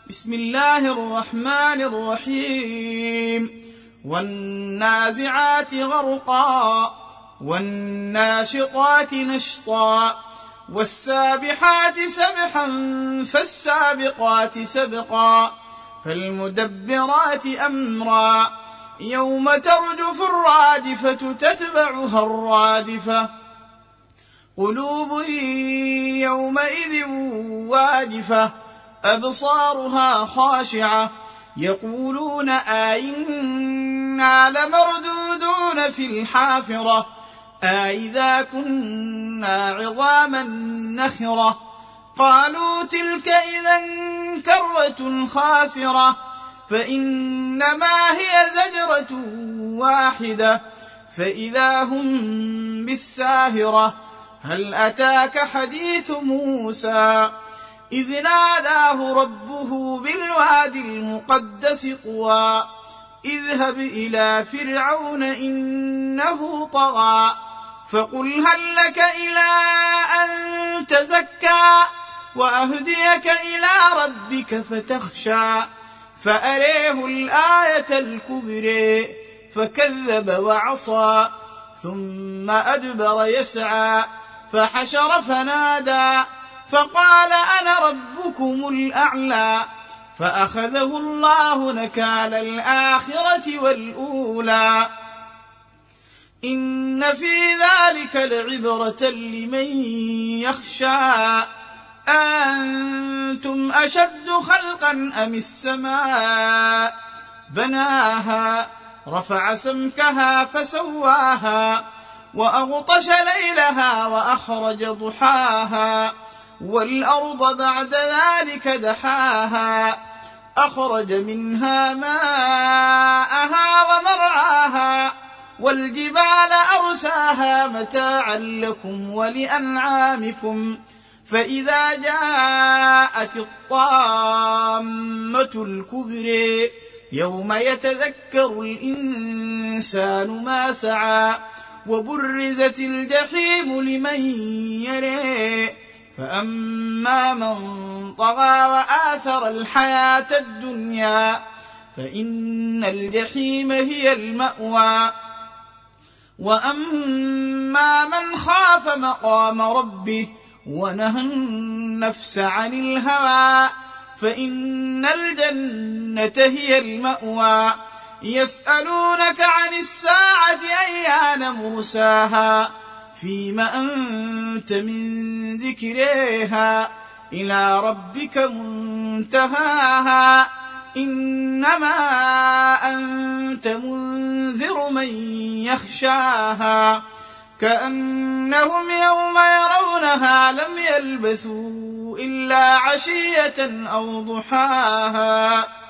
بسم الله الرحمن الرحيم والنازعات غرقا والناشطات نشطا والسابحات سبحا فالسابقات سبقا فالمدبرات أمرا يوم ترجف الرادفة تتبعها الرادفة قلوب يومئذ واجفة أبصارها خاشعة يقولون أئنا لمردودون في الحافرة أئذا كنا عظاما نخرة قالوا تلك إذا كرة خاسرة فإنما هي زجرة واحدة فإذا هم بالساهرة هل أتاك حديث موسى إذ ناداه ربه بالوادي المقدس طوى اذهب إلى فرعون إنه طغى فقل هل لك إلى أن تزكى وأهديك إلى ربك فتخشى فأريه الآية الكبرى فكذب وعصى ثم أدبر يسعى فحشر فنادى فقال أنا ربكم الأعلى فأخذه الله نكال الآخرة والأولى إن في ذلك لعبرة لمن يخشى أنتم أشد خلقا أم السماء بناها رفع سمكها فسواها وأغطش ليلها وأخرج ضحاها والأرض بعد ذلك دحاها أخرج منها ماءها ومرعاها والجبال أرساها متاعا لكم ولأنعامكم فإذا جاءت الطامة الكبرى يوم يتذكر الإنسان ما سعى وبرزت الجحيم لمن يرى فأما من طغى وآثر الحياة الدنيا فإن الجحيم هي المأوى وأما من خاف مقام ربه ونهى النفس عن الهوى فإن الجنة هي المأوى يسألونك عن الساعة أيان مرساها فيم أنت من ذكرها إلى ربك منتهاها إنما أنت منذر من يخشاها كأنهم يوم يرونها لم يلبثوا إلا عشية أو ضحاها